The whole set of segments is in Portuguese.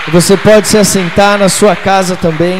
Você pode se assentar na sua casa também.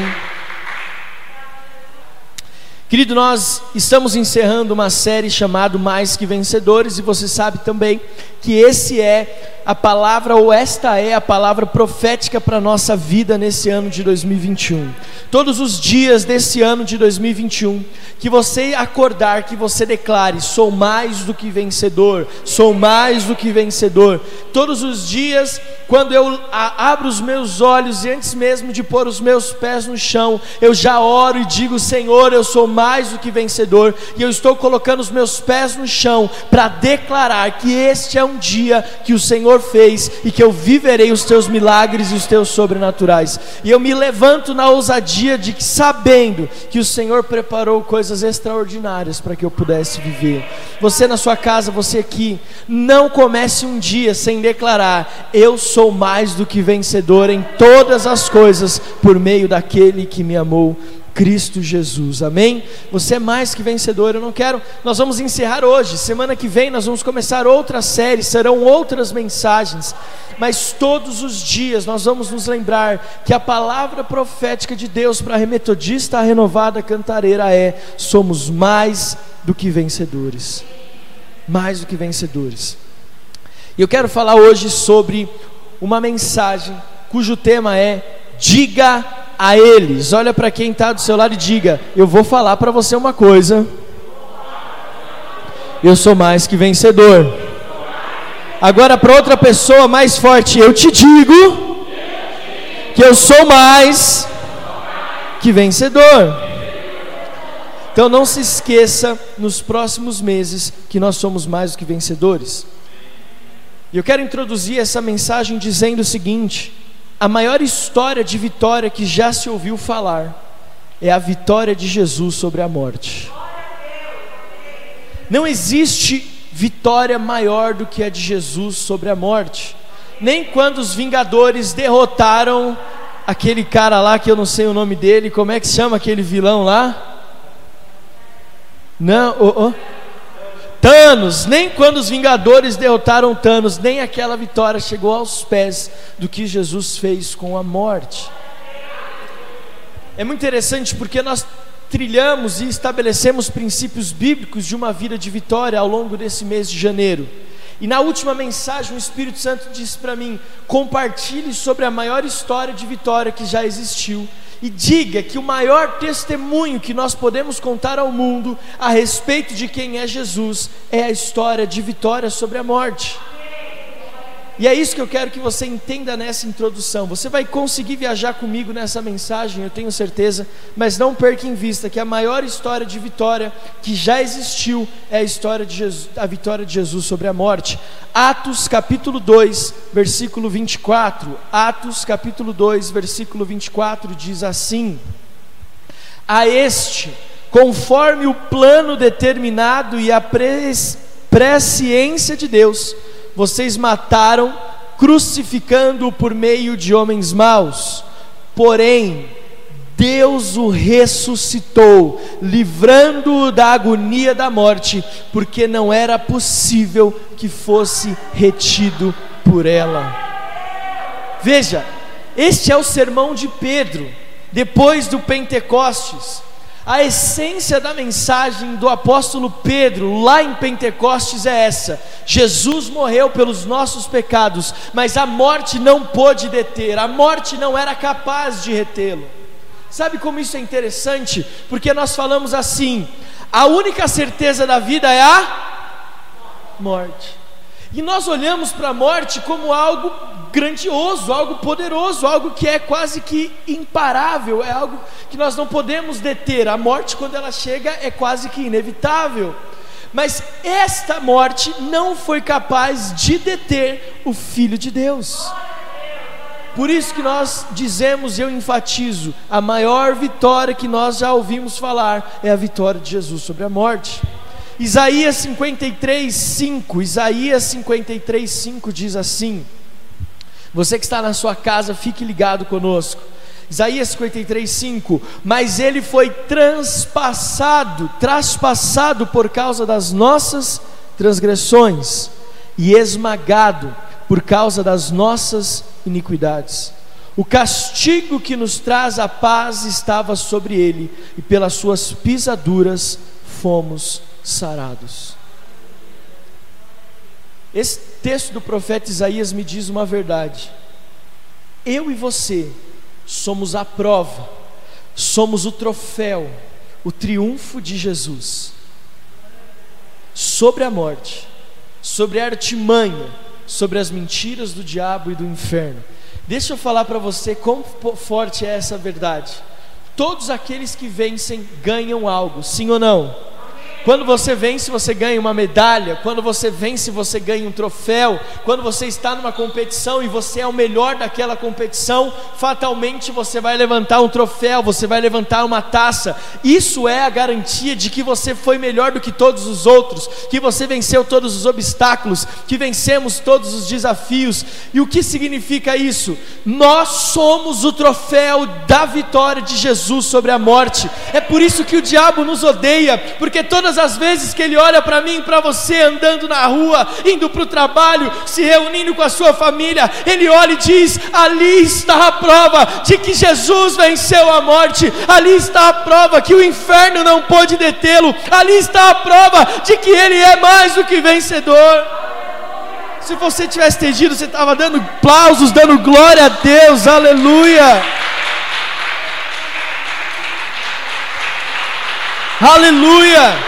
Querido, nós estamos encerrando uma série chamada Mais Que Vencedores, e você sabe também que esse é a palavra, ou esta é a palavra profética para a nossa vida nesse ano de 2021. Todos os dias desse ano de 2021, que você acordar, que você declare: sou mais do que vencedor, sou mais do que vencedor. Todos os dias, quando eu abro os meus olhos e antes mesmo de pôr os meus pés no chão, eu já oro e digo: Senhor, eu sou mais do que vencedor, e eu estou colocando os meus pés no chão para declarar que este é um dia que o Senhor fez e que eu viverei os teus milagres e os teus sobrenaturais. E eu me levanto na ousadia de que, sabendo que o Senhor preparou coisas extraordinárias para que eu pudesse viver. Você na sua casa, você aqui, não comece um dia sem declarar: eu sou mais do que vencedor em todas as coisas por meio daquele que me amou, Cristo Jesus. Amém? Você é mais que vencedor. Nós vamos encerrar hoje. Semana que vem nós vamos começar outra série, serão outras mensagens, mas todos os dias nós vamos nos lembrar que a palavra profética de Deus para a Remetodista Renovada Cantareira é: somos mais do que vencedores. Mais do que vencedores. E eu quero falar hoje sobre uma mensagem cujo tema é: diga a eles. Olha para quem está do seu lado e diga: eu vou falar para você uma coisa, eu sou mais que vencedor. Agora para outra pessoa mais forte: eu te digo que eu sou mais que vencedor. Então não se esqueça, nos próximos meses, que nós somos mais do que vencedores. E eu quero introduzir essa mensagem dizendo o seguinte: a maior história de vitória que já se ouviu falar é a vitória de Jesus sobre a morte. Não existe vitória maior do que a de Jesus sobre a morte. Nem quando os Vingadores derrotaram aquele cara lá, que eu não sei o nome dele, como é que se chama aquele vilão lá? Não, Thanos. Nem quando os Vingadores derrotaram Thanos, nem aquela vitória chegou aos pés do que Jesus fez com a morte. É muito interessante porque nós trilhamos e estabelecemos princípios bíblicos de uma vida de vitória ao longo desse mês de janeiro. E na última mensagem o Espírito Santo disse para mim: compartilhe sobre a maior história de vitória que já existiu, e diga que o maior testemunho que nós podemos contar ao mundo a respeito de quem é Jesus é a história de vitória sobre a morte. E é isso que eu quero que você entenda nessa introdução. Você vai conseguir viajar comigo nessa mensagem, eu tenho certeza, mas não perca em vista que a maior história de vitória que já existiu é a história de Jesus, a vitória de Jesus sobre a morte. Atos capítulo 2, versículo 24. Atos capítulo 2, versículo 24 diz assim: a este, conforme o plano determinado e a presciência de Deus, vocês mataram, crucificando-o por meio de homens maus. Porém, Deus o ressuscitou, livrando-o da agonia da morte, porque não era possível que fosse retido por ela. Veja, este é o sermão de Pedro, depois do Pentecostes. A essência da mensagem do apóstolo Pedro lá em Pentecostes é essa: Jesus morreu pelos nossos pecados, mas a morte não pôde deter, a morte não era capaz de retê-lo. Sabe como isso é interessante? Porque nós falamos assim: a única certeza da vida é a morte. E nós olhamos para a morte como algo grandioso, algo poderoso, algo que é quase que imparável, é algo que nós não podemos deter. A morte, quando ela chega, é quase que inevitável. Mas esta morte não foi capaz de deter o Filho de Deus. Por isso que nós dizemos, eu enfatizo, a maior vitória que nós já ouvimos falar é a vitória de Jesus sobre a morte. Isaías 53:5, Isaías 53:5 diz assim. Você que está na sua casa, fique ligado conosco. Isaías 53:5: mas ele foi traspassado por causa das nossas transgressões e esmagado por causa das nossas iniquidades. O castigo que nos traz a paz estava sobre ele, e pelas suas pisaduras fomos sarados. Esse texto do profeta Isaías me diz uma verdade: eu e você somos a prova, somos o troféu, o triunfo de Jesus sobre a morte, sobre a artimanha, sobre as mentiras do diabo e do inferno. Deixa eu falar para você quão forte é essa verdade. Todos aqueles que vencem ganham algo, sim ou não? Quando você vence, você ganha uma medalha. Quando você vence, você ganha um troféu. Quando você está numa competição e você é o melhor daquela competição, fatalmente você vai levantar um troféu, você vai levantar uma taça. Isso é a garantia de que você foi melhor do que todos os outros, que você venceu todos os obstáculos, que vencemos todos os desafios. E o que significa isso? Nós somos o troféu da vitória de Jesus sobre a morte. É por isso que o diabo nos odeia, porque todas as vezes que ele olha para mim e para você andando na rua, indo para o trabalho, se reunindo com a sua família, ele olha e diz: ali está a prova de que Jesus venceu a morte, ali está a prova que o inferno não pôde detê-lo, ali está a prova de que ele é mais do que vencedor. Se você tivesse entendido, você estava dando aplausos, dando glória a Deus, aleluia, aleluia.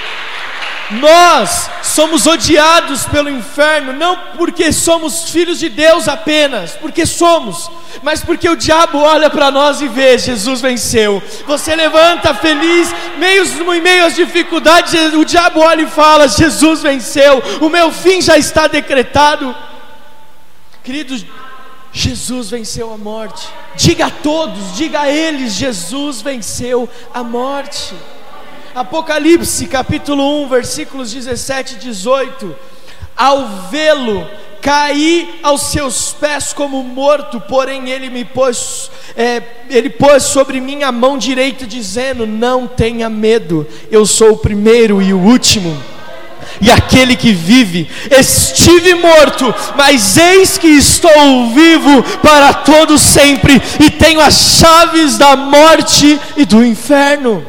Nós somos odiados pelo inferno, não porque somos filhos de Deus apenas, porque somos, mas porque o diabo olha para nós e vê: Jesus venceu. Você levanta feliz, em meio às dificuldades, o diabo olha e fala: Jesus venceu, o meu fim já está decretado. Queridos, Jesus venceu a morte. Diga a todos, diga a eles: Jesus venceu a morte. Apocalipse capítulo 1, versículos 17 e 18: ao vê-lo, caí aos seus pés como morto, porém ele pôs sobre mim a mão direita, dizendo: não tenha medo, eu sou o primeiro e o último, e aquele que vive. Estive morto, mas eis que estou vivo para todo sempre, e tenho as chaves da morte e do inferno.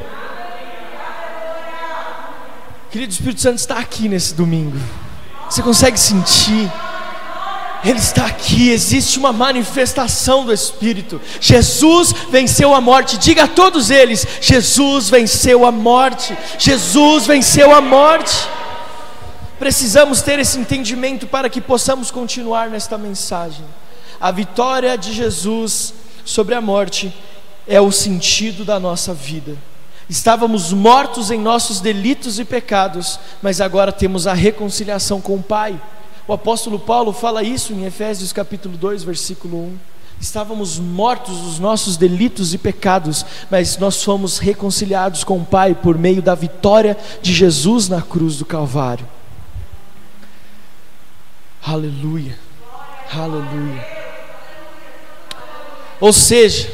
Querido, o Espírito Santo está aqui nesse domingo. Você consegue sentir? Ele está aqui, existe uma manifestação do Espírito. Jesus venceu a morte. Diga a todos eles: Jesus venceu a morte. Jesus venceu a morte. Precisamos ter esse entendimento para que possamos continuar nesta mensagem. A vitória de Jesus sobre a morte é o sentido da nossa vida. Estávamos mortos em nossos delitos e pecados, mas agora temos a reconciliação com o Pai. O apóstolo Paulo fala isso em Efésios capítulo 2, versículo 1. Estávamos mortos nos nossos delitos e pecados, mas nós fomos reconciliados com o Pai por meio da vitória de Jesus na cruz do Calvário. Aleluia, aleluia. Ou seja,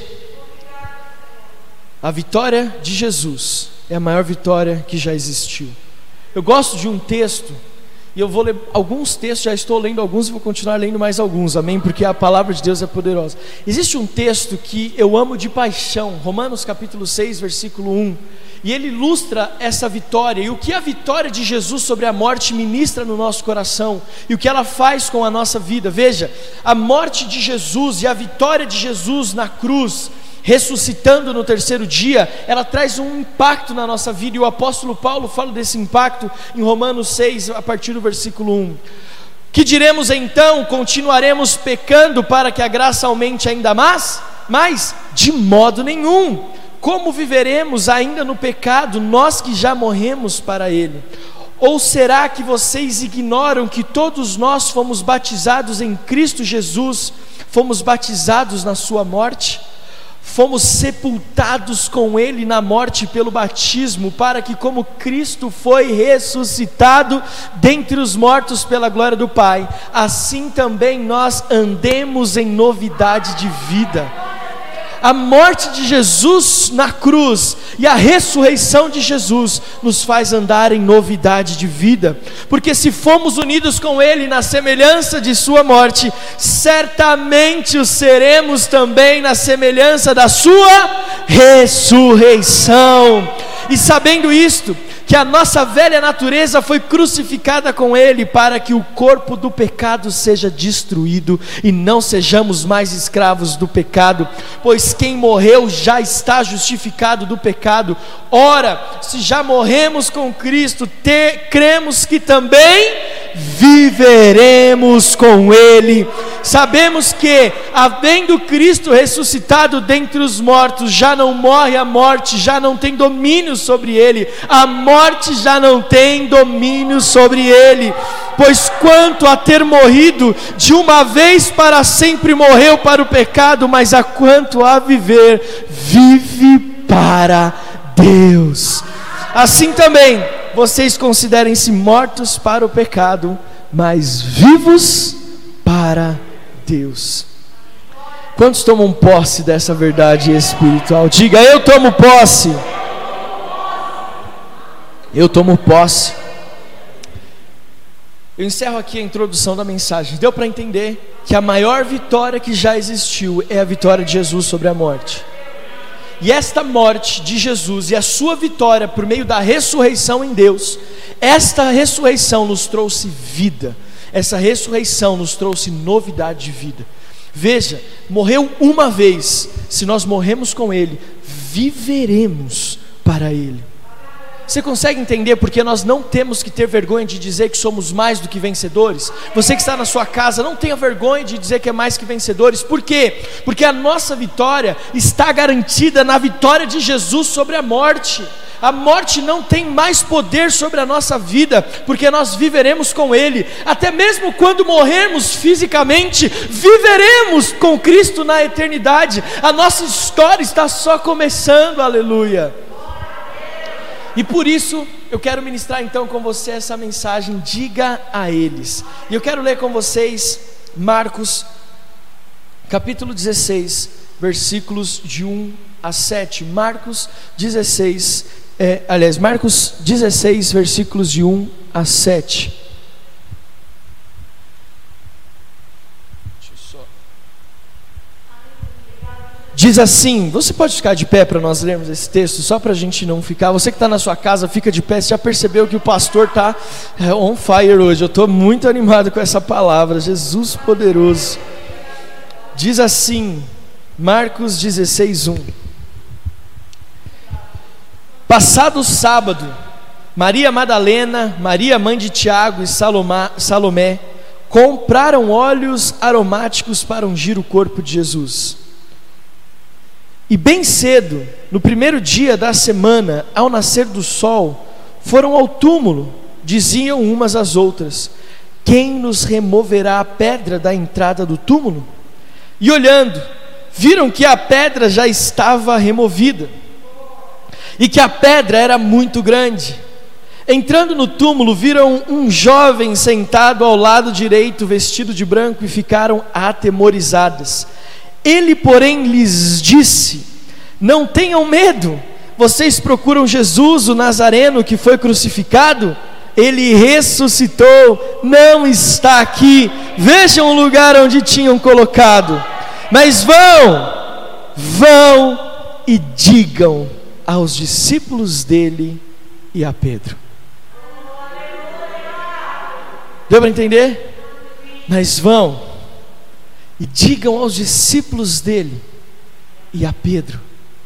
a vitória de Jesus é a maior vitória que já existiu. Eu gosto de um texto, e eu vou ler alguns textos, já estou lendo alguns e vou continuar lendo mais alguns, amém? Porque a palavra de Deus é poderosa. Existe um texto que eu amo de paixão, Romanos capítulo 6, versículo 1, e ele ilustra essa vitória, e o que a vitória de Jesus sobre a morte ministra no nosso coração, e o que ela faz com a nossa vida. Veja, a morte de Jesus e a vitória de Jesus na cruz, ressuscitando no terceiro dia, ela traz um impacto na nossa vida, e o apóstolo Paulo fala desse impacto em Romanos 6, a partir do versículo 1. Que diremos então? Continuaremos pecando para que a graça aumente ainda mais? Mas de modo nenhum. Como viveremos ainda no pecado, nós que já morremos para ele? Ou será que vocês ignoram que todos nós fomos batizados em Cristo Jesus, fomos batizados na sua morte? Fomos sepultados com ele na morte pelo batismo, para que, como Cristo foi ressuscitado dentre os mortos pela glória do Pai, assim também nós andemos em novidade de vida. a morte de Jesus na cruz e a ressurreição de Jesus nos faz andar em novidade de vida, porque se fomos unidos com Ele na semelhança de sua morte, certamente o seremos também na semelhança da sua ressurreição. E sabendo isto, que a nossa velha natureza foi crucificada com Ele, para que o corpo do pecado seja destruído e não sejamos mais escravos do pecado, pois quem morreu já está justificado do pecado. Ora, se já morremos com Cristo, cremos que também viveremos com Ele. Sabemos que, havendo Cristo ressuscitado dentre os mortos, já não morre a morte, já não tem domínio sobre ele, a morte já não tem domínio sobre ele, pois quanto a ter morrido de uma vez para sempre morreu para o pecado, mas a quanto a viver, vive para Deus. Assim também, vocês considerem-se mortos para o pecado, mas vivos para Deus. Quantos tomam posse dessa verdade espiritual? Diga: eu tomo posse. Eu tomo posse. Eu encerro aqui a introdução da mensagem. Deu para entender que a maior vitória que já existiu é a vitória de Jesus sobre a morte. E esta morte de Jesus e a sua vitória por meio da ressurreição em Deus, esta ressurreição nos trouxe vida. Essa ressurreição nos trouxe novidade de vida. Veja, morreu uma vez. Se nós morremos com Ele, viveremos para Ele. Você consegue entender porque nós não temos que ter vergonha de dizer que somos mais do que vencedores? Você que está na sua casa, não tenha vergonha de dizer que é mais que vencedores. Por quê? Porque a nossa vitória está garantida na vitória de Jesus sobre a morte. A morte não tem mais poder sobre a nossa vida, porque nós viveremos com Ele. Até mesmo quando morrermos fisicamente, viveremos com Cristo na eternidade. A nossa história está só começando, aleluia. E por isso, eu quero ministrar então com você essa mensagem: diga a eles. E eu quero ler com vocês Marcos, capítulo 16, versículos de 1 a 7. Marcos 16, Marcos 16, versículos de 1 a 7. Diz assim, você pode ficar de pé para nós lermos esse texto, só para a gente não ficar, você que está na sua casa, fica de pé. Você já percebeu que o pastor está on fire hoje? Eu estou muito animado com essa palavra, Jesus poderoso. Diz assim, Marcos 16, 1. Passado o sábado, Maria Madalena, Maria mãe de Tiago e Salomé compraram óleos aromáticos para ungir o corpo de Jesus. E bem cedo, no primeiro dia da semana, ao nascer do sol, foram ao túmulo. Diziam umas às outras: quem nos removerá a pedra da entrada do túmulo? E olhando, viram que a pedra já estava removida, e que a pedra era muito grande. Entrando no túmulo, viram um jovem sentado ao lado direito, vestido de branco, e ficaram atemorizadas. Ele, porém, lhes disse: não tenham medo, vocês procuram Jesus, o Nazareno, que foi crucificado? Ele ressuscitou, não está aqui, vejam o lugar onde tinham colocado. Mas vão e digam aos discípulos dele e a Pedro. Deu para entender? Mas vão e digam aos discípulos dele e a Pedro.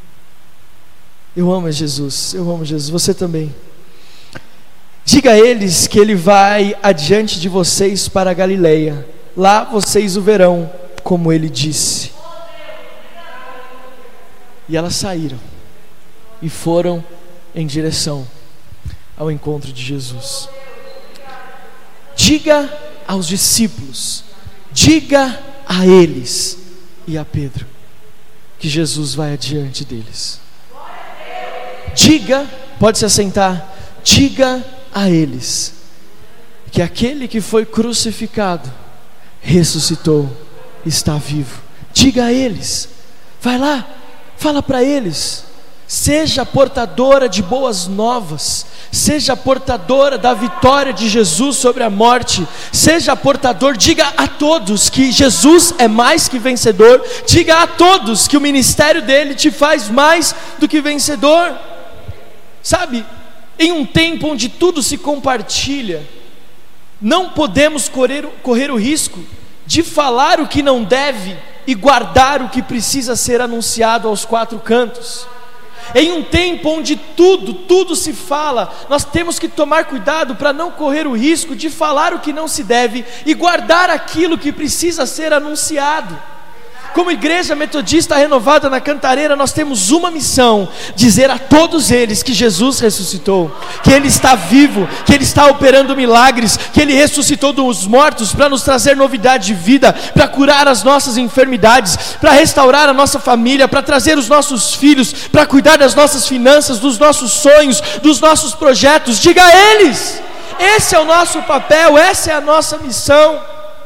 Eu amo Jesus, você também. Diga a eles que ele vai adiante de vocês para a Galileia, lá vocês o verão, como ele disse. E elas saíram e foram em direção ao encontro de Jesus. Diga aos discípulos, diga a eles e a Pedro que Jesus vai adiante deles. Diga, pode se assentar, diga a eles que aquele que foi crucificado ressuscitou, está vivo. Diga a eles, vai lá, Fala para eles, seja portadora de boas novas, seja portadora da vitória de Jesus sobre a morte, seja portador, diga a todos que Jesus é mais que vencedor, diga a todos que o ministério dele te faz mais do que vencedor. Sabe, em um tempo onde tudo se compartilha, não podemos correr o risco de falar o que não deve e guardar o que precisa ser anunciado aos quatro cantos. Em um tempo onde tudo se fala, nós temos que tomar cuidado para não correr o risco de falar o que não se deve e guardar aquilo que precisa ser anunciado. Como Igreja Metodista Renovada na Cantareira, nós temos uma missão: dizer a todos eles que Jesus ressuscitou, que Ele está vivo, que Ele está operando milagres, que Ele ressuscitou dos mortos para nos trazer novidade de vida, para curar as nossas enfermidades, para restaurar a nossa família, para trazer os nossos filhos, para cuidar das nossas finanças, dos nossos sonhos, dos nossos projetos. Diga a eles, esse é o nosso papel, essa é a nossa missão.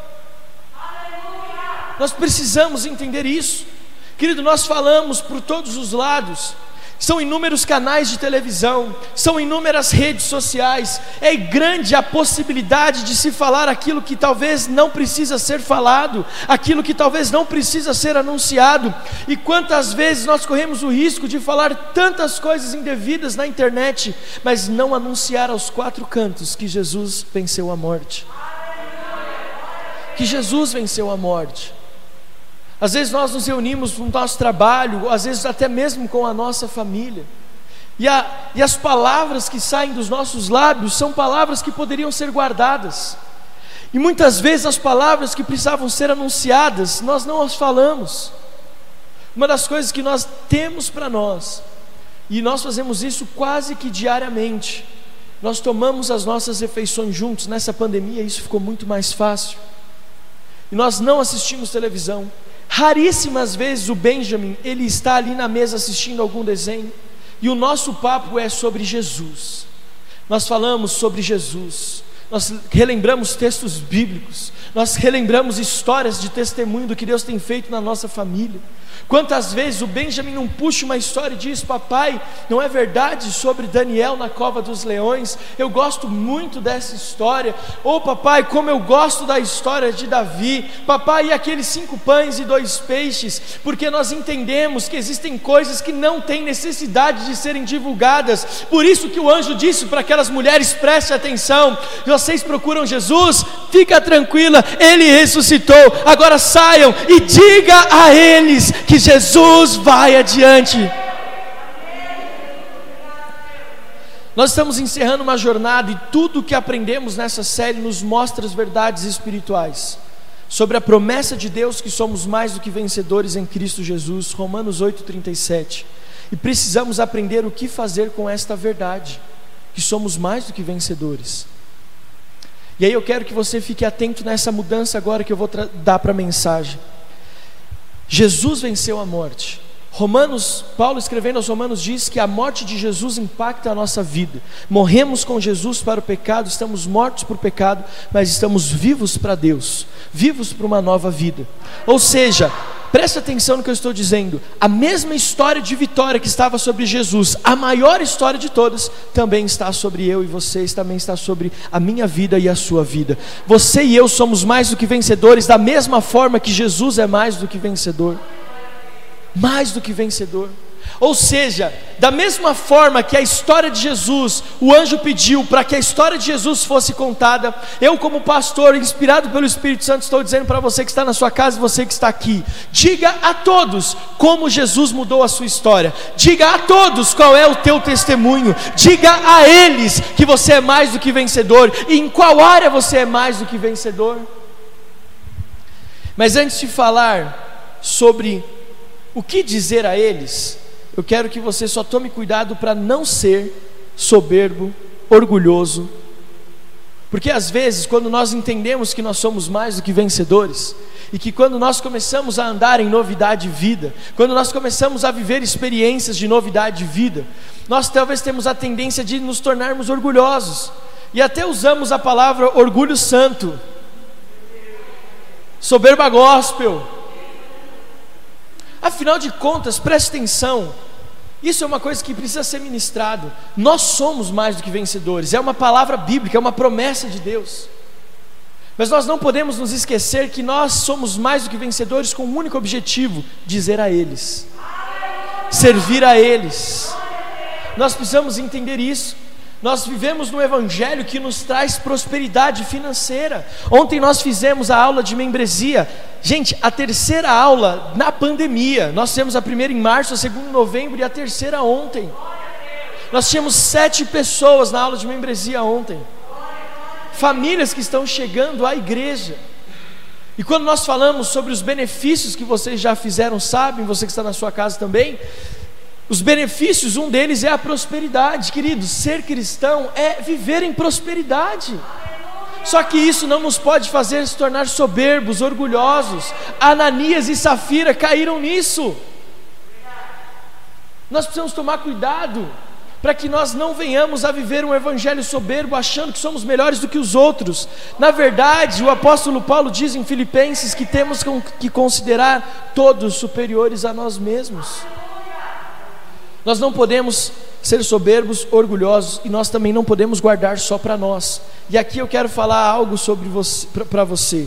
Nós precisamos entender isso. Querido, nós falamos por todos os lados, são inúmeros canais de televisão, são inúmeras redes sociais, é grande a possibilidade de se falar aquilo que talvez não precisa ser falado, aquilo que talvez não precisa ser anunciado. E quantas vezes nós corremos o risco de falar tantas coisas indevidas na internet, mas não anunciar aos quatro cantos que Jesus venceu a morte, que Jesus venceu a morte. Às vezes nós nos reunimos no nosso trabalho, às vezes até mesmo com a nossa família, e as palavras que saem dos nossos lábios são palavras que poderiam ser guardadas, e muitas vezes as palavras que precisavam ser anunciadas, nós não as falamos. Uma das coisas que nós temos para nós, e nós fazemos isso quase que diariamente, nós tomamos as nossas refeições juntos. Nessa pandemia isso ficou muito mais fácil, e nós não assistimos televisão. Raríssimas vezes o Benjamin, ele está ali na mesa assistindo algum desenho, e o nosso papo é sobre Jesus. Nós falamos sobre Jesus, nós relembramos textos bíblicos, nós relembramos histórias de testemunho do que Deus tem feito na nossa família. Quantas vezes o Benjamin não puxa uma história e diz: papai, não é verdade sobre Daniel na cova dos leões? Eu gosto muito dessa história. Ou papai, como eu gosto da história de Davi. Papai, e aqueles 5 pães e 2 peixes? Porque nós entendemos que existem coisas que não têm necessidade de serem divulgadas. Por isso que o anjo disse para aquelas mulheres: preste atenção, vocês procuram Jesus? Fica tranquila, Ele ressuscitou. Agora saiam e diga a eles que Jesus vai adiante. Nós estamos encerrando uma jornada, e tudo o que aprendemos nessa série nos mostra as verdades espirituais sobre a promessa de Deus que somos mais do que vencedores em Cristo Jesus, Romanos 8:37. E precisamos aprender o que fazer com esta verdade, que somos mais do que vencedores. E aí eu quero que você fique atento nessa mudança agora que eu vou dar para a mensagem. Jesus venceu a morte. Paulo escrevendo aos Romanos diz que a morte de Jesus impacta a nossa vida. Morremos com Jesus para o pecado, estamos mortos por pecado, mas estamos vivos para Deus, vivos para uma nova vida. Ou seja, preste atenção no que eu estou dizendo, a mesma história de vitória que estava sobre Jesus, a maior história de todas, também está sobre eu e vocês, também está sobre a minha vida e a sua vida. Você e eu somos mais do que vencedores, da mesma forma que Jesus é mais do que vencedor. Mais do que vencedor. Ou seja, da mesma forma que a história de Jesus, o anjo pediu para que a história de Jesus fosse contada, eu como pastor, inspirado pelo Espírito Santo, estou dizendo para você que está na sua casa e você que está aqui: diga a todos como Jesus mudou a sua história, diga a todos qual é o teu testemunho, diga a eles que você é mais do que vencedor, e em qual área você é mais do que vencedor. Mas antes de falar sobre o que dizer a eles, eu quero que você só tome cuidado para não ser soberbo, orgulhoso, porque às vezes quando nós entendemos que nós somos mais do que vencedores, e que quando nós começamos a andar em novidade de vida, quando nós começamos a viver experiências de novidade de vida, nós talvez temos a tendência de nos tornarmos orgulhosos, e até usamos a palavra orgulho santo, soberba gospel. Afinal de contas, preste atenção, isso é uma coisa que precisa ser ministrado. Nós somos mais do que vencedores, é uma palavra bíblica, é uma promessa de Deus. Mas nós não podemos nos esquecer que nós somos mais do que vencedores com um único objetivo: dizer a eles, servir a eles. Nós precisamos entender isso. Nós vivemos num evangelho que nos traz prosperidade financeira. Ontem nós fizemos a aula de membresia. Gente, a terceira aula na pandemia. Nós temos a primeira em março, a segunda em novembro e a terceira ontem. Nós tínhamos 7 pessoas na aula de membresia ontem. Famílias que estão chegando à igreja. E quando nós falamos sobre os benefícios que vocês já fizeram, sabem, você que está na sua casa também, os benefícios, um deles é a prosperidade. Queridos, ser cristão é viver em prosperidade. Só que isso não nos pode fazer se tornar soberbos, orgulhosos. Ananias e Safira caíram nisso. Nós precisamos tomar cuidado para que nós não venhamos a viver um evangelho soberbo, achando que somos melhores do que os outros. Na verdade, o apóstolo Paulo diz em Filipenses que temos que considerar todos superiores a nós mesmos. Nós não podemos ser soberbos, orgulhosos, e nós também não podemos guardar só para nós. E aqui eu quero falar algo sobre você, para você.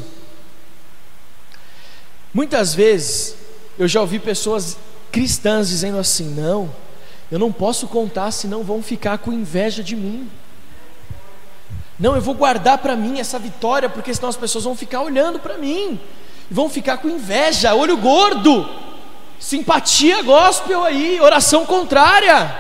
Muitas vezes eu já ouvi pessoas cristãs dizendo assim: não, eu não posso contar, senão vão ficar com inveja de mim. Não, eu vou guardar para mim essa vitória, porque senão as pessoas vão ficar olhando para mim, e vão ficar com inveja, olho gordo. Simpatia gospel aí, oração contrária.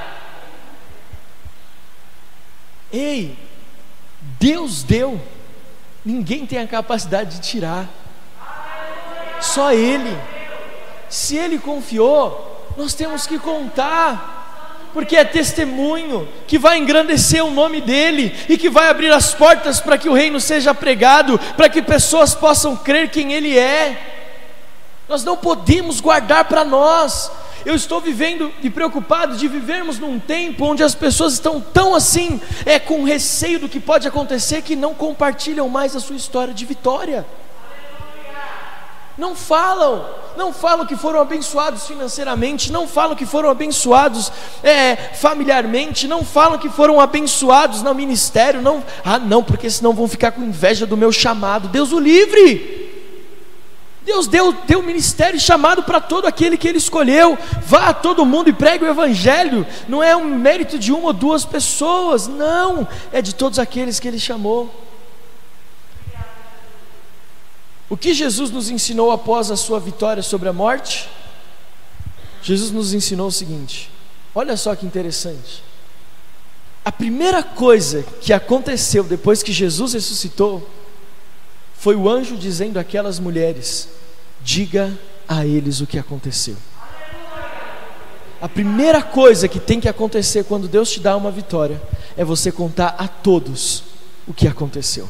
Ei, Deus deu, ninguém tem a capacidade de tirar, só Ele. Se Ele confiou, nós temos que contar, porque é testemunho que vai engrandecer o nome dEle e que vai abrir as portas para que o reino seja pregado, para que pessoas possam crer quem Ele é. Nós não podemos guardar para nós. Eu estou vivendo e preocupado de vivermos num tempo onde as pessoas estão tão assim, com receio do que pode acontecer, que não compartilham mais a sua história de vitória. Não falam que foram abençoados financeiramente, não falam que foram abençoados familiarmente, não falam que foram abençoados no ministério, não, porque senão vão ficar com inveja do meu chamado. Deus o livre. Deus deu ministério e chamado para todo aquele que Ele escolheu. Vá a todo mundo e pregue o evangelho. Não é um mérito de 1 ou 2 pessoas, não, é de todos aqueles que Ele chamou. O que Jesus nos ensinou após a sua vitória sobre a morte? Jesus nos ensinou o seguinte, olha só que interessante. A primeira coisa que aconteceu depois que Jesus ressuscitou foi o anjo dizendo àquelas mulheres: diga a eles o que aconteceu. A primeira coisa que tem que acontecer quando Deus te dá uma vitória é você contar a todos o que aconteceu.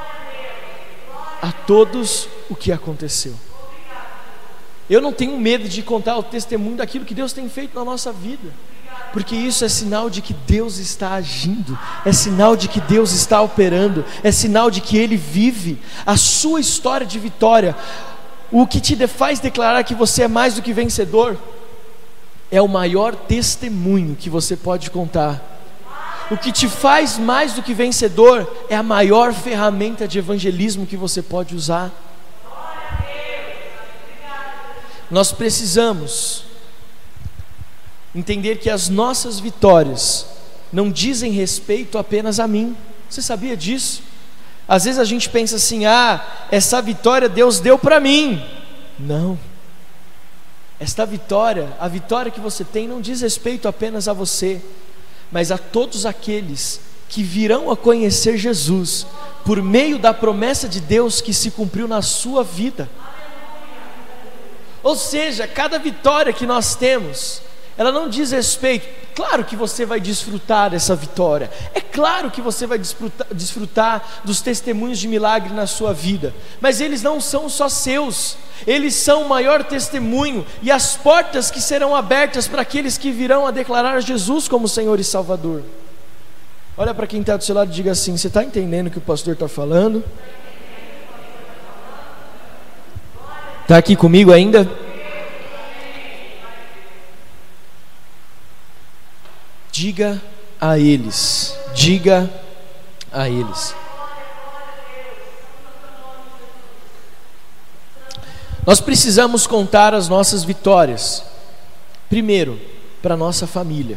A todos o que aconteceu. Eu não tenho medo de contar o testemunho daquilo que Deus tem feito na nossa vida, porque isso é sinal de que Deus está agindo, é sinal de que Deus está operando, é sinal de que Ele vive. A sua história de vitória, o que te faz declarar que você é mais do que vencedor, é o maior testemunho que você pode contar. O que te faz mais do que vencedor é a maior ferramenta de evangelismo que você pode usar. Nós precisamos entender que as nossas vitórias não dizem respeito apenas a mim. Você sabia disso? Às vezes a gente pensa assim: essa vitória Deus deu para mim. Não. Esta vitória, a vitória que você tem, não diz respeito apenas a você, mas a todos aqueles que virão a conhecer Jesus por meio da promessa de Deus que se cumpriu na sua vida. Ou seja, cada vitória que nós temos, ela não diz respeito. Claro que você vai desfrutar dessa vitória, é claro que você vai desfrutar dos testemunhos de milagre na sua vida, mas eles não são só seus, eles são o maior testemunho e as portas que serão abertas para aqueles que virão a declarar Jesus como Senhor e Salvador. Olha para quem está do seu lado e diga assim: você está entendendo o que o pastor está falando? Está aqui comigo ainda? diga a eles, diga a eles. Nós precisamos contar as nossas vitórias, primeiro, para nossa família.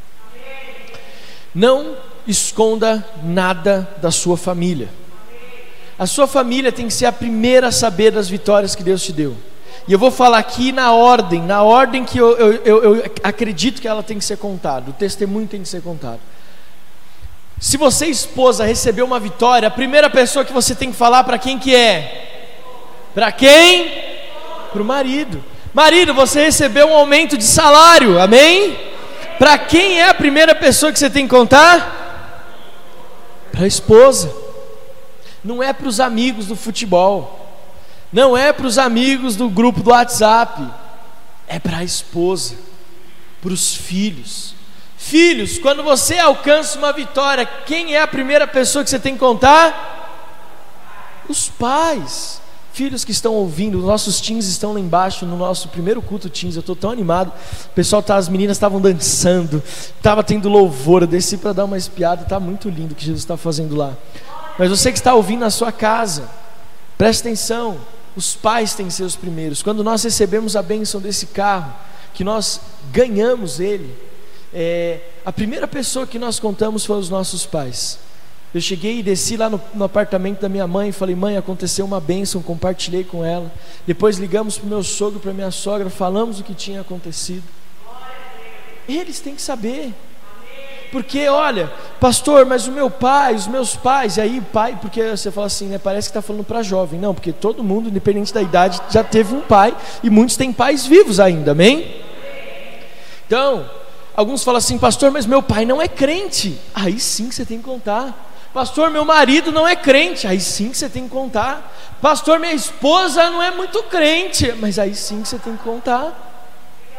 Não esconda nada da sua família. A sua família tem que ser a primeira a saber das vitórias que Deus te deu. E eu vou falar aqui na ordem que eu acredito que ela tem que ser contada. O testemunho tem que ser contado. Se você, esposa, recebeu uma vitória, a primeira pessoa que você tem que falar, para quem que é? Para quem? Para o marido. Marido, você recebeu um aumento de salário, amém? Para quem é a primeira pessoa que você tem que contar? Para a esposa. Não é para os amigos do futebol, não é para os amigos do grupo do WhatsApp, é para a esposa, para os filhos. Filhos, quando você alcança uma vitória, quem é a primeira pessoa que você tem que contar? Os pais. Filhos que estão ouvindo, os nossos teens estão lá embaixo no nosso primeiro culto teens. Eu estou tão animado. O pessoal as meninas estavam dançando, estava tendo louvor. Eu desci para dar uma espiada. Está muito lindo o que Jesus está fazendo lá. Mas você que está ouvindo na sua casa, preste atenção. Os pais têm que ser os primeiros. Quando nós recebemos a bênção desse carro, que nós ganhamos ele, a primeira pessoa que nós contamos foi os nossos pais. Eu cheguei e desci lá no apartamento da minha mãe e falei: mãe, aconteceu uma bênção, compartilhei com ela. Depois ligamos para o meu sogro, para a minha sogra, falamos o que tinha acontecido. Eles têm que saber. Porque, olha, pastor, mas o meu pai, os meus pais, e aí pai, porque você fala assim, né, parece que está falando para jovem. Não, porque todo mundo, independente da idade, já teve um pai, e muitos têm pais vivos ainda, amém? Então, alguns falam assim: pastor, mas meu pai não é crente. Aí sim que você tem que contar. Pastor, meu marido não é crente. Aí sim que você tem que contar. Pastor, minha esposa não é muito crente. Mas aí sim que você tem que contar.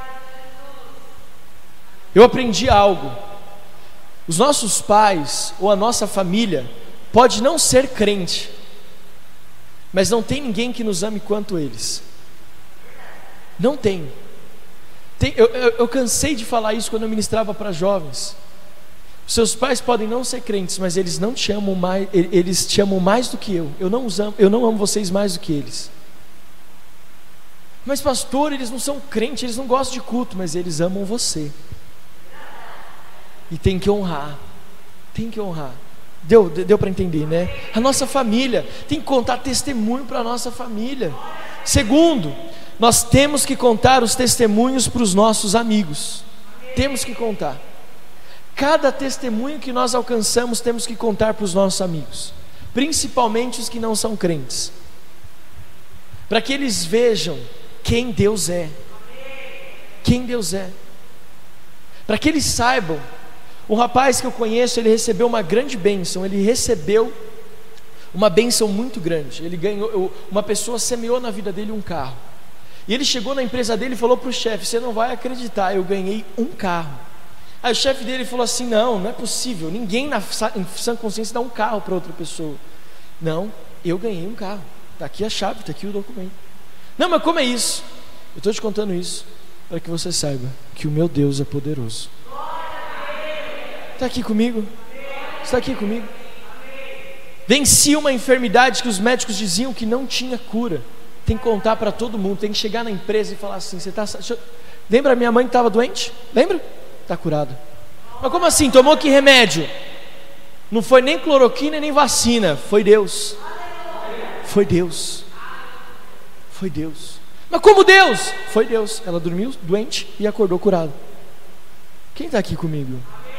Eu aprendi algo. Os nossos pais ou a nossa família pode não ser crente, mas não tem ninguém que nos ame quanto eles. Não tem. Eu cansei de falar isso quando eu ministrava para jovens. Seus pais podem não ser crentes, mas eles não te amam mais, eles te amam mais do que eu. Eu não amo vocês mais do que eles. Mas pastor, eles não são crentes, eles não gostam de culto, mas eles amam você. E tem que honrar. Tem que honrar. Deu para entender, né? A nossa família tem que contar testemunho para a nossa família. Segundo, nós temos que contar os testemunhos para os nossos amigos. Temos que contar. Cada testemunho que nós alcançamos temos que contar para os nossos amigos, principalmente os que não são crentes, para que eles vejam quem Deus é. Quem Deus é. Para que eles saibam. Um rapaz que eu conheço, ele recebeu uma grande bênção. Ele recebeu uma bênção muito grande. Ele ganhou, uma pessoa semeou na vida dele um carro. E ele chegou na empresa dele e falou para o chefe: você não vai acreditar, eu ganhei um carro. Aí o chefe dele falou assim: não é possível, ninguém em sã consciência dá um carro para outra pessoa. Não, eu ganhei um carro, está aqui a chave, está aqui o documento. Não, mas como é isso? Eu estou te contando isso para que você saiba que o meu Deus é poderoso. Está aqui comigo? Está aqui comigo? Venci uma enfermidade que os médicos diziam que não tinha cura. Tem que contar para todo mundo, tem que chegar na empresa e falar assim: você está... Lembra a minha mãe que estava doente? Lembra? Está curado. Mas como assim? Tomou que remédio? Não foi nem cloroquina nem vacina. Foi Deus. Foi Deus. Foi Deus. Mas como Deus? Foi Deus. Ela dormiu doente e acordou curada. Quem está aqui comigo?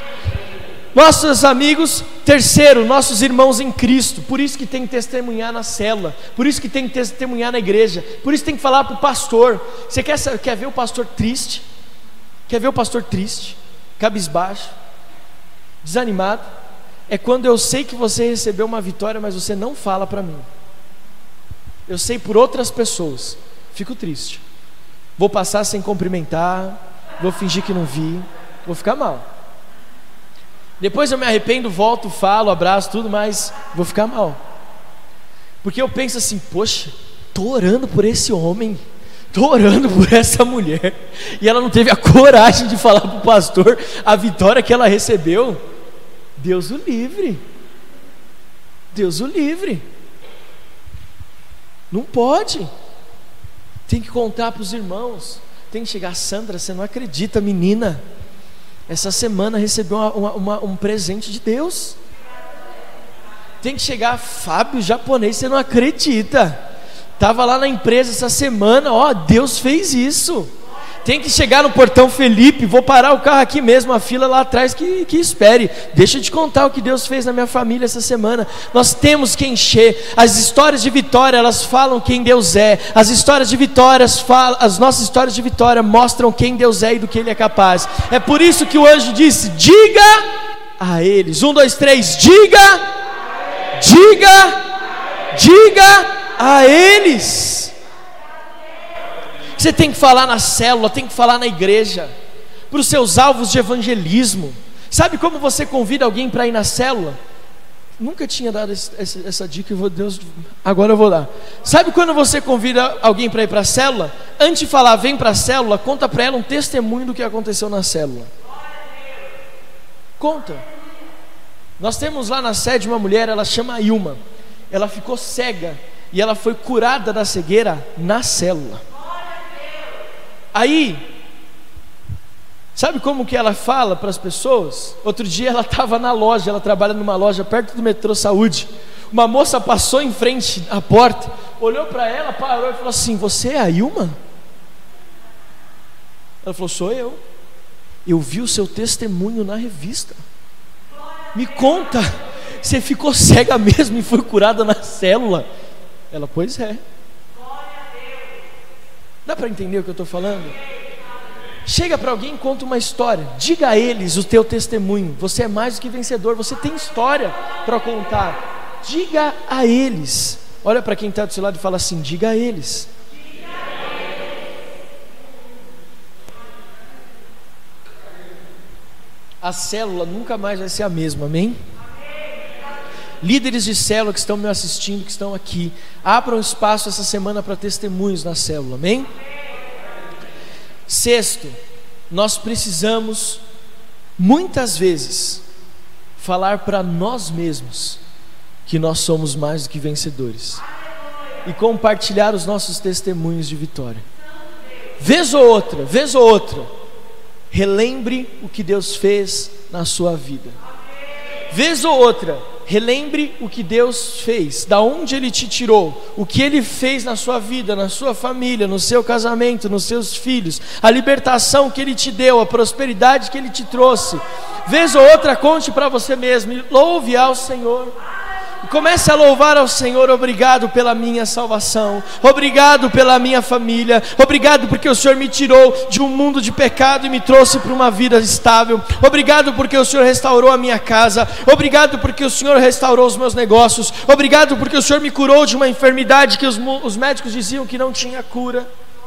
Nossos amigos. Terceiro, nossos irmãos em Cristo. Por isso que tem que testemunhar na célula. Por isso que tem que testemunhar na igreja. Por isso tem que falar para o pastor. Você quer ver o pastor triste? Quer ver o pastor triste, cabisbaixo, desanimado? É quando eu sei que você recebeu uma vitória, mas você não fala para mim. Eu sei por outras pessoas. Fico triste. Vou passar sem cumprimentar, vou fingir que não vi, vou ficar mal. Depois eu me arrependo, volto, falo, abraço, tudo, mas vou ficar mal. Porque eu penso assim: poxa, estou orando por esse homem, estou orando por essa mulher, e ela não teve a coragem de falar para o pastor a vitória que ela recebeu. Deus o livre. Deus o livre. Não pode. Tem que contar para os irmãos. Tem que chegar, Sandra, você não acredita, menina, essa semana recebeu um presente de Deus. Tem que chegar, Fábio, japonês, você não acredita, estava lá na empresa essa semana, ó, Deus fez isso. Tem que chegar no portão, Felipe, vou parar o carro aqui mesmo, a fila lá atrás que espere, deixa eu te contar o que Deus fez na minha família essa semana. Nós temos que encher. As histórias de vitória, elas falam quem Deus é. As histórias de vitórias falam, as nossas histórias de vitória mostram quem Deus é e do que Ele é capaz. É por isso que o anjo disse, diga a eles, 1, 2, 3, diga a eles. Você tem que falar na célula, tem que falar na igreja, para os seus alvos de evangelismo. Sabe como você convida alguém para ir na célula? Nunca tinha dado essa dica, agora eu vou dar. Sabe quando você convida alguém para ir para a célula? Antes de falar, vem para a célula, conta para ela um testemunho do que aconteceu na célula. Conta. Nós temos lá na sede uma mulher, ela chama Ilma. Ela ficou cega e ela foi curada da cegueira na célula. Aí, sabe como que ela fala para as pessoas? Outro dia ela estava na loja, ela trabalha numa loja perto do metrô Saúde. Uma moça passou em frente à porta, olhou para ela, parou e falou assim, você é a Ilma? Ela falou, sou eu. Eu vi o seu testemunho na revista. Me conta, você ficou cega mesmo e foi curada na célula? Ela, pois é. Dá para entender o que eu estou falando? Chega para alguém e conta uma história. Diga a eles o teu testemunho. Você é mais do que vencedor. Você tem história para contar. Diga a eles. Olha para quem está do seu lado e fala assim, diga a eles. A célula nunca mais vai ser a mesma, amém? Líderes de célula que estão me assistindo, que estão aqui, abram espaço essa semana para testemunhos na célula, amém? Sexto, nós precisamos muitas vezes falar para nós mesmos que nós somos mais do que vencedores e compartilhar os nossos testemunhos de vitória. Vez ou outra, relembre o que Deus fez na sua vida. Vez ou outra, relembre o que Deus fez, da onde Ele te tirou, o que Ele fez na sua vida, na sua família, no seu casamento, nos seus filhos, a libertação que Ele te deu, a prosperidade que Ele te trouxe. Vez ou outra, conte para você mesmo e louve ao Senhor. E comece a louvar ao Senhor. Obrigado pela minha salvação, obrigado pela minha família, obrigado porque o Senhor me tirou de um mundo de pecado e me trouxe para uma vida estável, obrigado porque o Senhor restaurou a minha casa, obrigado porque o Senhor restaurou os meus negócios, obrigado porque o Senhor me curou de uma enfermidade que os médicos diziam que não tinha cura.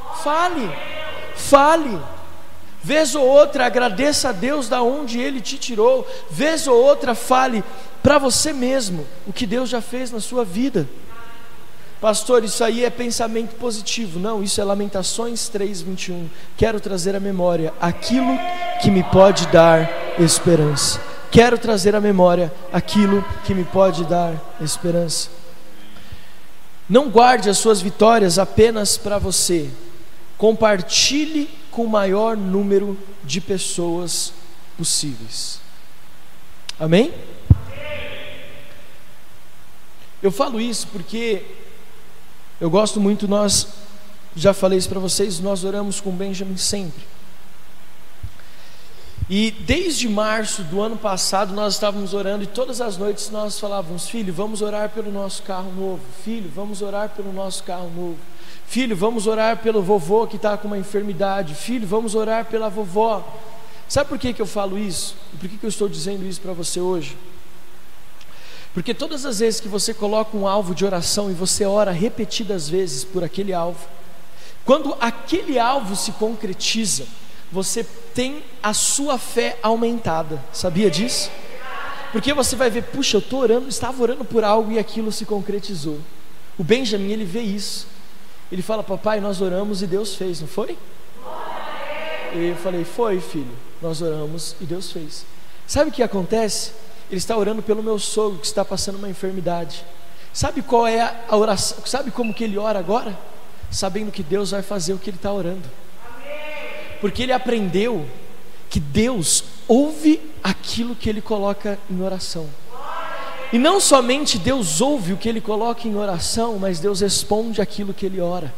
Fale. Vez ou outra, agradeça a Deus da onde Ele te tirou. Vez ou outra, fale para você mesmo o que Deus já fez na sua vida. Pastor, isso aí é pensamento positivo. Não, isso é Lamentações 3:21. Quero trazer à memória aquilo que me pode dar esperança. Quero trazer à memória aquilo que me pode dar esperança. Não guarde as suas vitórias apenas para você. Compartilhe com o maior número de pessoas possíveis. Amém? Eu falo isso porque eu gosto muito, já falei isso para vocês, nós oramos com o Benjamin sempre. E desde março do ano passado nós estávamos orando e todas as noites nós falávamos, filho, vamos orar pelo nosso carro novo. Filho, vamos orar pelo nosso carro novo. Filho, vamos orar pelo vovô que está com uma enfermidade. Filho, vamos orar pela vovó. Sabe por que eu falo isso? E por que eu estou dizendo isso para você hoje? Porque todas as vezes que você coloca um alvo de oração e você ora repetidas vezes por aquele alvo, quando aquele alvo se concretiza, você tem a sua fé aumentada. Sabia disso? Porque você vai ver, puxa, estava orando por algo e aquilo se concretizou. O Benjamin, ele vê isso. Ele fala: papai, nós oramos e Deus fez, não foi? E eu falei: foi, filho, nós oramos e Deus fez. Sabe o que acontece? Ele está orando pelo meu sogro que está passando uma enfermidade. Sabe qual é a oração? Sabe como que ele ora agora? Sabendo que Deus vai fazer o que ele está orando. Porque ele aprendeu que Deus ouve aquilo que ele coloca em oração. E não somente Deus ouve o que ele coloca em oração, mas Deus responde aquilo que ele ora.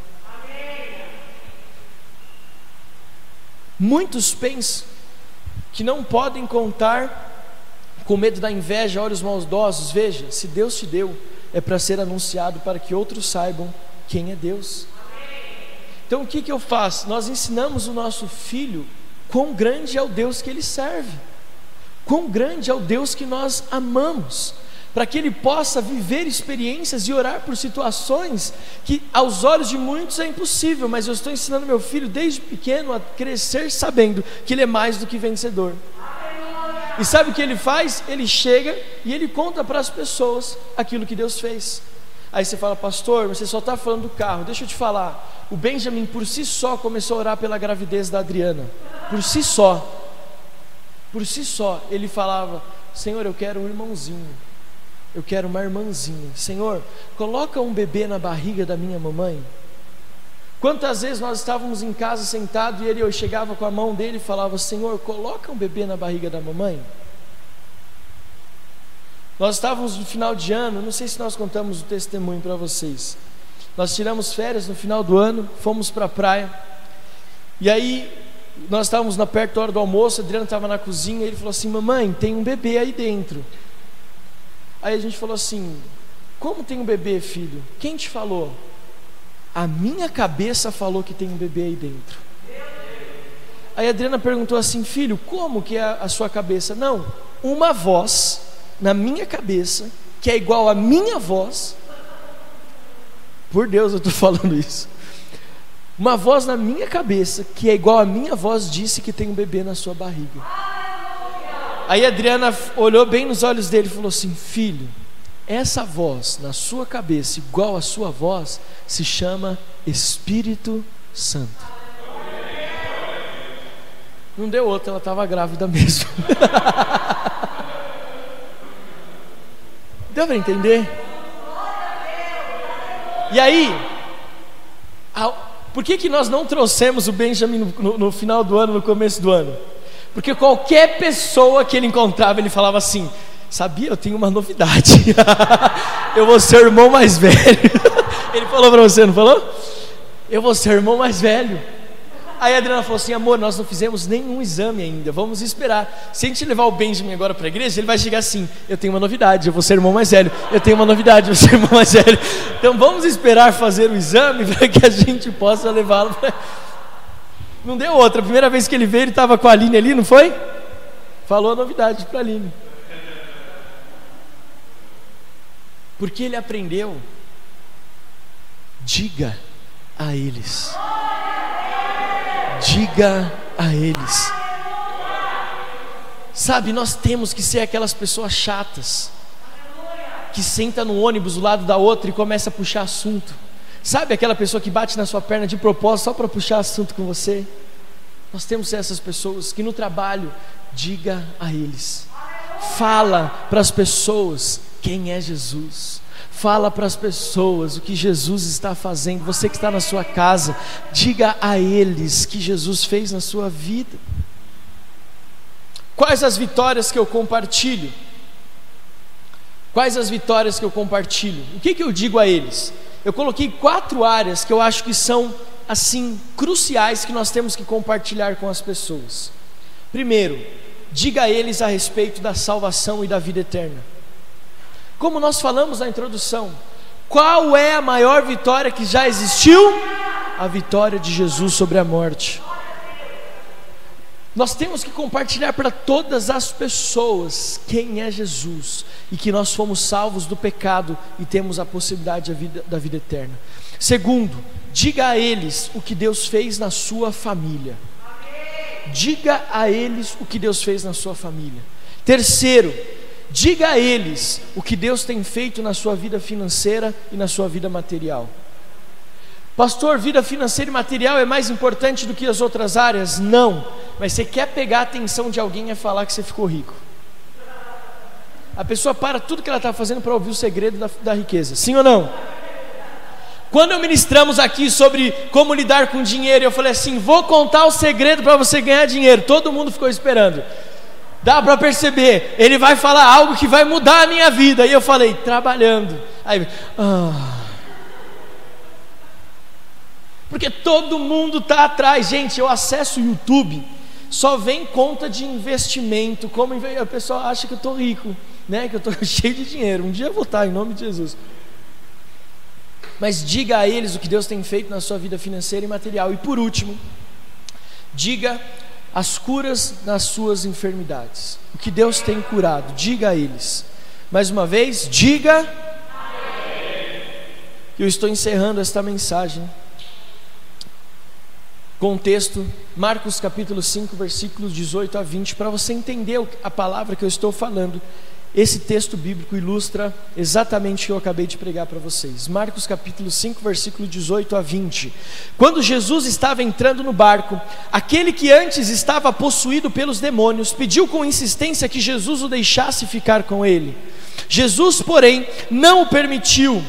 Muitos pensam que não podem contar com medo da inveja, olhos maldosos. Veja, se Deus te deu, é para ser anunciado para que outros saibam quem é Deus. Então o que eu faço? Nós ensinamos o nosso filho quão grande é o Deus que ele serve, quão grande é o Deus que nós amamos, para que ele possa viver experiências e orar por situações que aos olhos de muitos é impossível, mas eu estou ensinando meu filho desde pequeno a crescer sabendo que ele é mais do que vencedor. E sabe o que ele faz? Ele chega e ele conta para as pessoas aquilo que Deus fez. Aí você fala: pastor, você só está falando do carro. Deixa eu te falar, o Benjamin por si só começou a orar pela gravidez da Adriana. Por si só, ele falava: Senhor, eu quero um irmãozinho, eu quero uma irmãzinha. Senhor, coloca um bebê na barriga da minha mamãe. Quantas vezes nós estávamos em casa sentados e eu chegava com a mão dele e falava: Senhor, coloca um bebê na barriga da mamãe. Nós estávamos no final de ano, não sei se nós contamos o testemunho para vocês. Nós tiramos férias no final do ano, fomos para a praia. E aí nós estávamos perto da hora do almoço, a Adriana estava na cozinha e ele falou assim: mamãe, tem um bebê aí dentro. Aí a gente falou assim: como tem um bebê, filho? Quem te falou? A minha cabeça falou que tem um bebê aí dentro. Aí a Adriana perguntou assim: filho, como que é a sua cabeça? Não, uma voz na minha cabeça que é igual à minha voz. Por Deus eu estou falando isso. Uma voz na minha cabeça que é igual à minha voz disse que tem um bebê na sua barriga. Aí a Adriana olhou bem nos olhos dele e falou assim: filho, essa voz na sua cabeça igual à sua voz se chama Espírito Santo. Não deu outra, ela estava grávida mesmo. Deu para entender? E aí, por que nós não trouxemos o Benjamin no final do ano, no começo do ano? Porque qualquer pessoa que ele encontrava, ele falava assim: sabia, eu tenho uma novidade. Eu vou ser o irmão mais velho. Ele falou para você, não falou? Eu vou ser o irmão mais velho. Aí a Adriana falou assim: amor, nós não fizemos nenhum exame ainda, vamos esperar. Se a gente levar o Benjamin agora para a igreja, ele vai chegar assim: eu tenho uma novidade, eu vou ser o irmão mais velho. Eu tenho uma novidade, eu vou ser o irmão mais velho. Então vamos esperar fazer o exame para que a gente possa levá-lo para... Não deu outra, a primeira vez que ele veio, ele estava com a Aline ali, não foi? Falou a novidade para a Aline. Porque ele aprendeu: diga a eles. Diga a eles. Sabe, nós temos que ser aquelas pessoas chatas que senta no ônibus do lado da outra e começa a puxar assunto. Sabe aquela pessoa que bate na sua perna de propósito só para puxar assunto com você? Nós temos que ser essas pessoas que no trabalho, diga a eles. Fala para as pessoas quem é Jesus. Fala para as pessoas o que Jesus está fazendo. Você que está na sua casa, diga a eles que Jesus fez na sua vida. Quais as vitórias que eu compartilho? Quais as vitórias que eu compartilho? O que eu digo a eles? Eu coloquei 4 áreas que eu acho que são assim cruciais, que nós temos que compartilhar com as pessoas. Primeiro, diga a eles a respeito da salvação e da vida eterna. Como nós falamos na introdução, qual é a maior vitória que já existiu? A vitória de Jesus sobre a morte. Nós temos que compartilhar para todas as pessoas quem é Jesus e que nós fomos salvos do pecado e temos a possibilidade da vida eterna. Segundo, diga a eles o que Deus fez na sua família. Diga a eles o que Deus fez na sua família. Terceiro, diga a eles o que Deus tem feito na sua vida financeira e na sua vida material. Pastor, vida financeira e material é mais importante do que as outras áreas? Não, mas você quer pegar a atenção de alguém e falar que você ficou rico. A pessoa para tudo que ela está fazendo para ouvir o segredo da riqueza, sim ou não? Quando ministramos aqui sobre como lidar com dinheiro, eu falei assim, vou contar o segredo para você ganhar dinheiro. Todo mundo ficou esperando. Dá para perceber, ele vai falar algo que vai mudar a minha vida. E eu falei, trabalhando. Aí, porque todo mundo está atrás. Gente, eu acesso o YouTube, só vem conta de investimento. Como o pessoal acha que eu estou rico, né? Que eu estou cheio de dinheiro. Um dia eu vou estar, em nome de Jesus. Mas diga a eles o que Deus tem feito na sua vida financeira e material. E por último, diga as curas nas suas enfermidades. O que Deus tem curado, diga a eles. Mais uma vez, diga. Eu estou encerrando esta mensagem com o texto, Marcos capítulo 5, versículos 18 a 20, para você entender a palavra que eu estou falando. Esse texto bíblico ilustra exatamente o que eu acabei de pregar para vocês. Marcos capítulo 5, versículo 18 a 20. Quando Jesus estava entrando no barco, aquele que antes estava possuído pelos demônios pediu com insistência que Jesus o deixasse ficar com ele. Jesus, porém, não permitiu.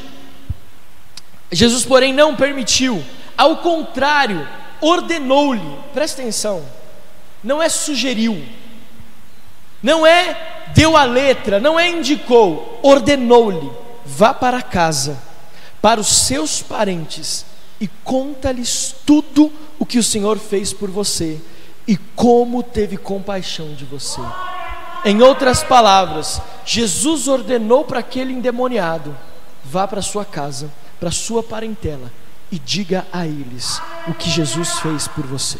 Ao contrário, ordenou-lhe. Presta atenção. Não é sugeriu, não é deu a letra, não é indicou, ordenou-lhe: vá para casa, para os seus parentes, e conta-lhes tudo o que o Senhor fez por você, e como teve compaixão de você. Em outras palavras, Jesus ordenou para aquele endemoniado: vá para sua casa, para sua parentela, e diga a eles o que Jesus fez por você.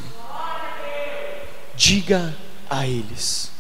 Diga a eles.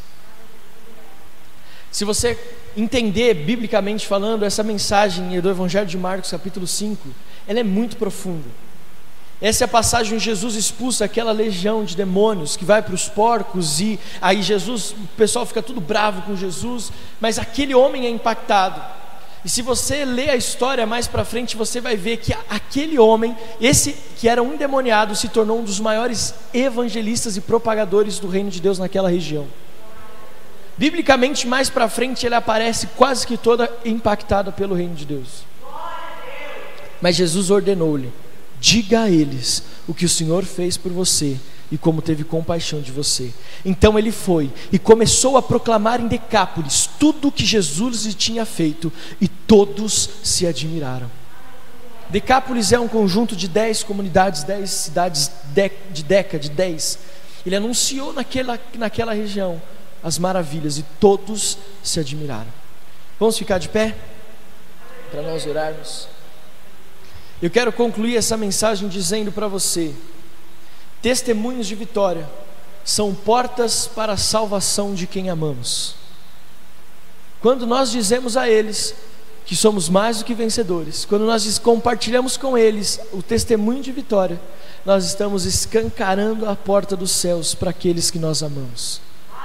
Se você entender biblicamente falando, essa mensagem do Evangelho de Marcos capítulo 5, ela é muito profunda. Essa é a passagem onde Jesus expulsa aquela legião de demônios que vai para os porcos, e aí Jesus, o pessoal fica tudo bravo com Jesus, mas aquele homem é impactado. E se você ler a história mais para frente, você vai ver que aquele homem, esse que era um endemoniado, se tornou um dos maiores evangelistas e propagadores do reino de Deus naquela região. Biblicamente, mais para frente, ele aparece quase que toda impactada pelo reino de Deus. Mas Jesus ordenou-lhe: diga a eles o que o Senhor fez por você e como teve compaixão de você. Então ele foi e começou a proclamar em Decápolis tudo o que Jesus lhe tinha feito, e todos se admiraram. Decápolis é um conjunto de 10 comunidades, 10 cidades de 10. Ele anunciou naquela região as maravilhas, e todos se admiraram. Vamos ficar de pé para nós orarmos. Eu quero concluir essa mensagem dizendo para você: testemunhos de vitória são portas para a salvação de quem amamos. Quando nós dizemos a eles que somos mais do que vencedores, quando nós compartilhamos com eles o testemunho de vitória, nós estamos escancarando a porta dos céus para aqueles que nós amamos.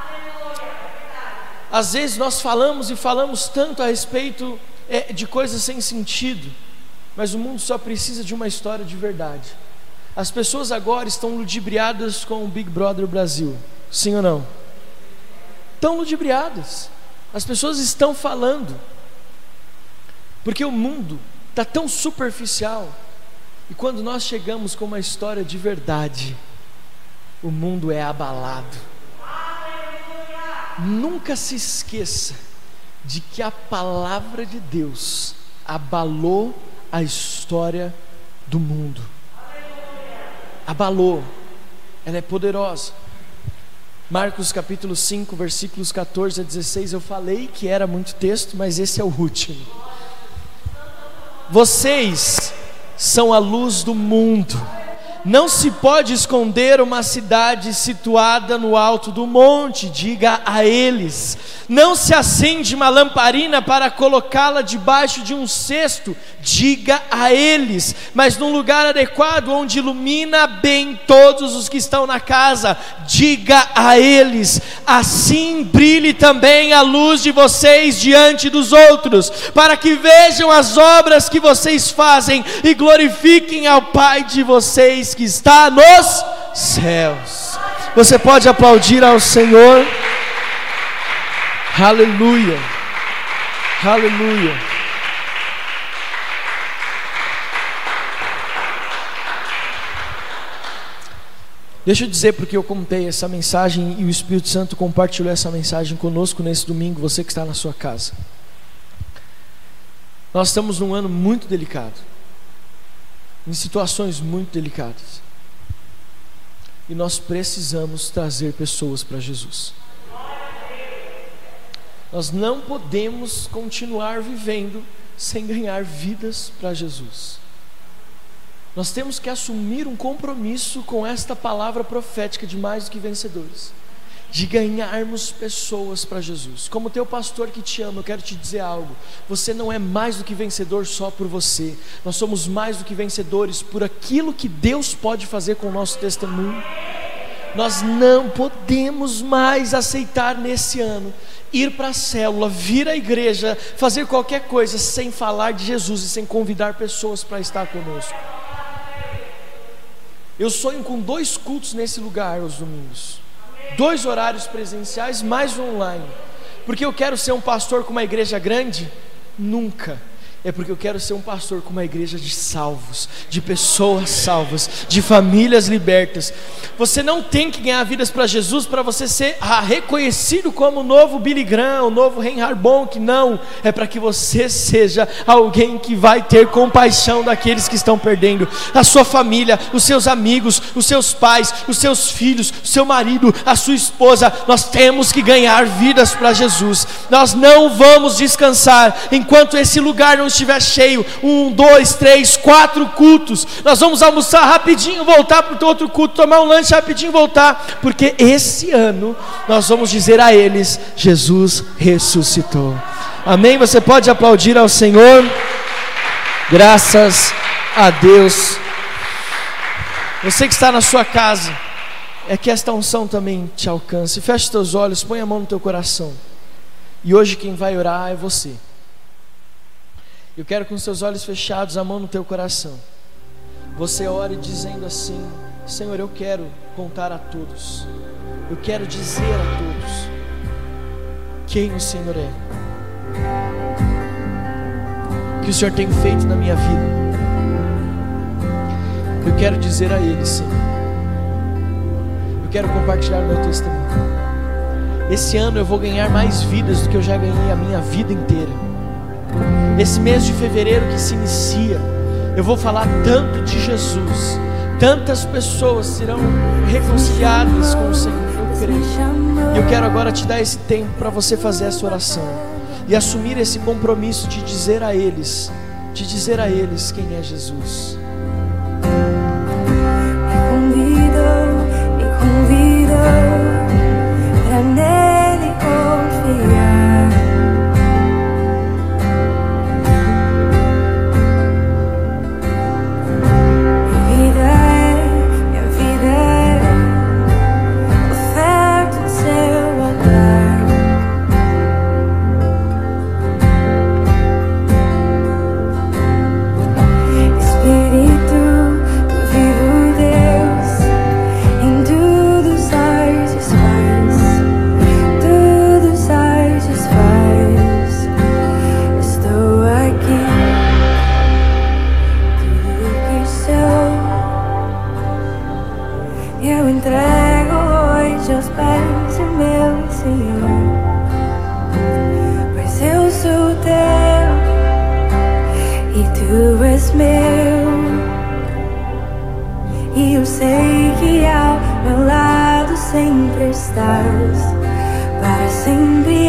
Às vezes nós falamos e falamos tanto a respeito de coisas sem sentido, mas o mundo só precisa de uma história de verdade. As pessoas agora estão ludibriadas com o Big Brother Brasil, sim ou não? Estão ludibriadas. As pessoas estão falando, porque o mundo está tão superficial, e quando nós chegamos com uma história de verdade, o mundo é abalado. Nunca se esqueça de que a palavra de Deus abalou a história do mundo. Abalou, ela é poderosa. Marcos capítulo 5, versículos 14 a 16, eu falei que era muito texto, mas esse é o último. Vocês são a luz do mundo. Não se pode esconder uma cidade situada no alto do monte, diga a eles. Não se acende uma lamparina para colocá-la debaixo de um cesto, diga a eles, mas num lugar adequado, onde ilumina bem todos os que estão na casa, diga a eles. Assim brilhe também a luz de vocês diante dos outros, para que vejam as obras que vocês fazem e glorifiquem ao Pai de vocês que está nos céus. Você pode aplaudir ao Senhor? Aleluia, aleluia. Deixa eu dizer porque eu contei essa mensagem e o Espírito Santo compartilhou essa mensagem conosco nesse domingo, você que está na sua casa. Nós estamos num ano muito delicado, em situações muito delicadas, e nós precisamos trazer pessoas para Jesus. Nós não podemos continuar vivendo sem ganhar vidas para Jesus. Nós temos que assumir um compromisso com esta palavra profética de mais do que vencedores, de ganharmos pessoas para Jesus. Como teu pastor que te ama, eu quero te dizer algo: você não é mais do que vencedor só por você. Nós somos mais do que vencedores por aquilo que Deus pode fazer com o nosso testemunho. Nós não podemos mais aceitar nesse ano ir para a célula, vir à igreja, fazer qualquer coisa sem falar de Jesus e sem convidar pessoas para estar conosco. Eu sonho com 2 cultos nesse lugar aos domingos, 2 horários presenciais mais online. Porque eu quero ser um pastor com uma igreja grande? Nunca. É porque eu quero ser um pastor com uma igreja de salvos, de pessoas salvas, de famílias libertas. Você não tem que ganhar vidas para Jesus para você ser reconhecido como o novo Billy Graham, o novo Reinhard Bonk. Não, é para que você seja alguém que vai ter compaixão daqueles que estão perdendo. A sua família, os seus amigos, os seus pais, os seus filhos, o seu marido, a sua esposa. Nós temos que ganhar vidas para Jesus. Nós não vamos descansar enquanto esse lugar não estiver cheio. 1, 2, 3, 4 cultos. Nós vamos almoçar rapidinho, voltar para o outro culto, tomar um lanche rapidinho, voltar, porque esse ano nós vamos dizer a eles: Jesus ressuscitou. Amém? Você pode aplaudir ao Senhor? Graças a Deus. Você que está na sua casa, é que esta unção também te alcance. Feche teus olhos, põe a mão no teu coração. E hoje quem vai orar é você. Eu quero com seus olhos fechados, a mão no teu coração, você ore dizendo assim: Senhor, eu quero contar a todos, eu quero dizer a todos quem o Senhor é, o que o Senhor tem feito na minha vida. Eu quero dizer a eles, Senhor, eu quero compartilhar o meu testemunho. Esse ano eu vou ganhar mais vidas do que eu já ganhei a minha vida inteira. Esse mês de fevereiro que se inicia, eu vou falar tanto de Jesus, tantas pessoas serão reconciliadas com o Senhor, eu creio. E eu quero agora te dar esse tempo para você fazer essa oração e assumir esse compromisso de dizer a eles quem é Jesus. Me convido para nele confiar. Eu entrego hoje aos pés do meu Senhor, pois eu sou teu e tu és meu. E eu sei que ao meu lado sempre estás, para sempre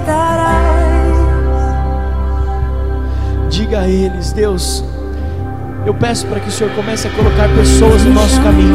estarás. Diga a eles: Deus, Eu peço para que o Senhor comece a colocar pessoas no nosso caminho,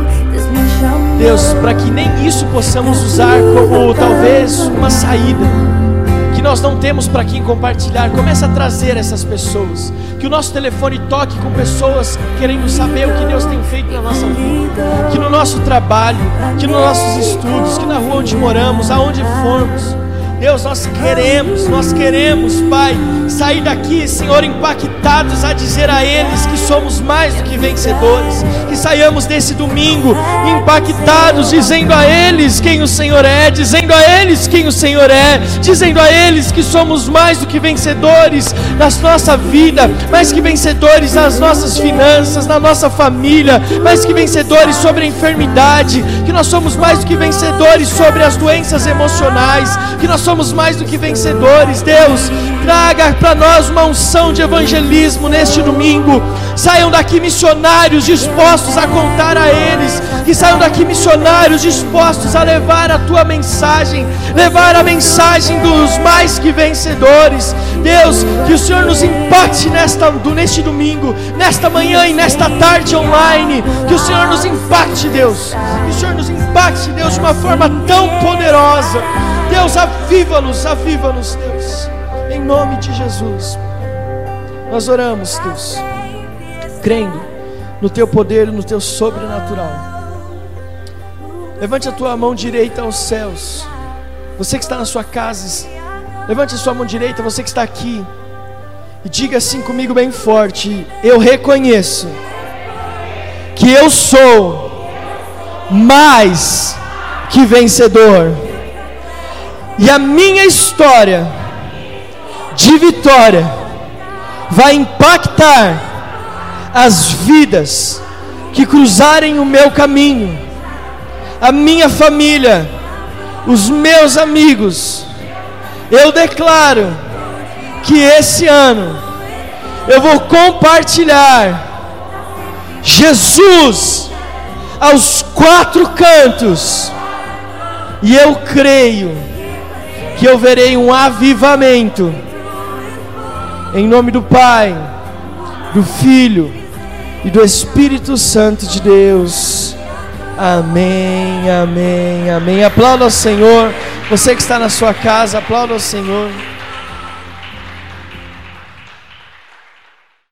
Deus, para que nem isso possamos usar como talvez uma saída, que nós não temos para quem compartilhar. Comece a trazer essas pessoas, que o nosso telefone toque com pessoas querendo saber o que Deus tem feito na nossa vida, que no nosso trabalho, que nos nossos estudos, que na rua onde moramos, aonde formos, Deus, nós queremos, Pai, sair daqui, Senhor, impactados a dizer a eles que somos mais do que vencedores, que saiamos desse domingo impactados, dizendo a eles quem o Senhor é, dizendo a eles quem o Senhor é, dizendo a eles que somos mais do que vencedores na nossa vida, mais que vencedores nas nossas finanças, na nossa família, mais que vencedores sobre a enfermidade, que nós somos mais do que vencedores sobre as doenças emocionais, que nós somos mais do que vencedores. Deus, traga para nós uma unção de evangelismo neste domingo. Saiam daqui missionários dispostos a contar a eles, que saiam daqui missionários dispostos a levar a tua mensagem, levar a mensagem dos mais que vencedores. Deus, que o Senhor nos impacte neste domingo, nesta manhã e nesta tarde online, que o Senhor nos impacte, Deus, que o Senhor nos impacte, Deus, de uma forma tão poderosa. Deus, aviva-nos, Deus, em nome de Jesus. Nós oramos, Deus, crendo no teu poder e no teu sobrenatural. Levante a tua mão direita aos céus. Você que está na sua casa, levante a sua mão direita, você que está aqui, e diga assim comigo bem forte: eu reconheço que eu sou mais que vencedor, e a minha história de vitória vai impactar as vidas que cruzarem o meu caminho, a minha família, os meus amigos. Eu declaro que esse ano eu vou compartilhar Jesus aos quatro cantos, e eu creio que eu verei um avivamento, em nome do Pai, do Filho e do Espírito Santo de Deus. Amém, amém, amém. Aplauda ao Senhor. Você que está na sua casa, aplauda ao Senhor.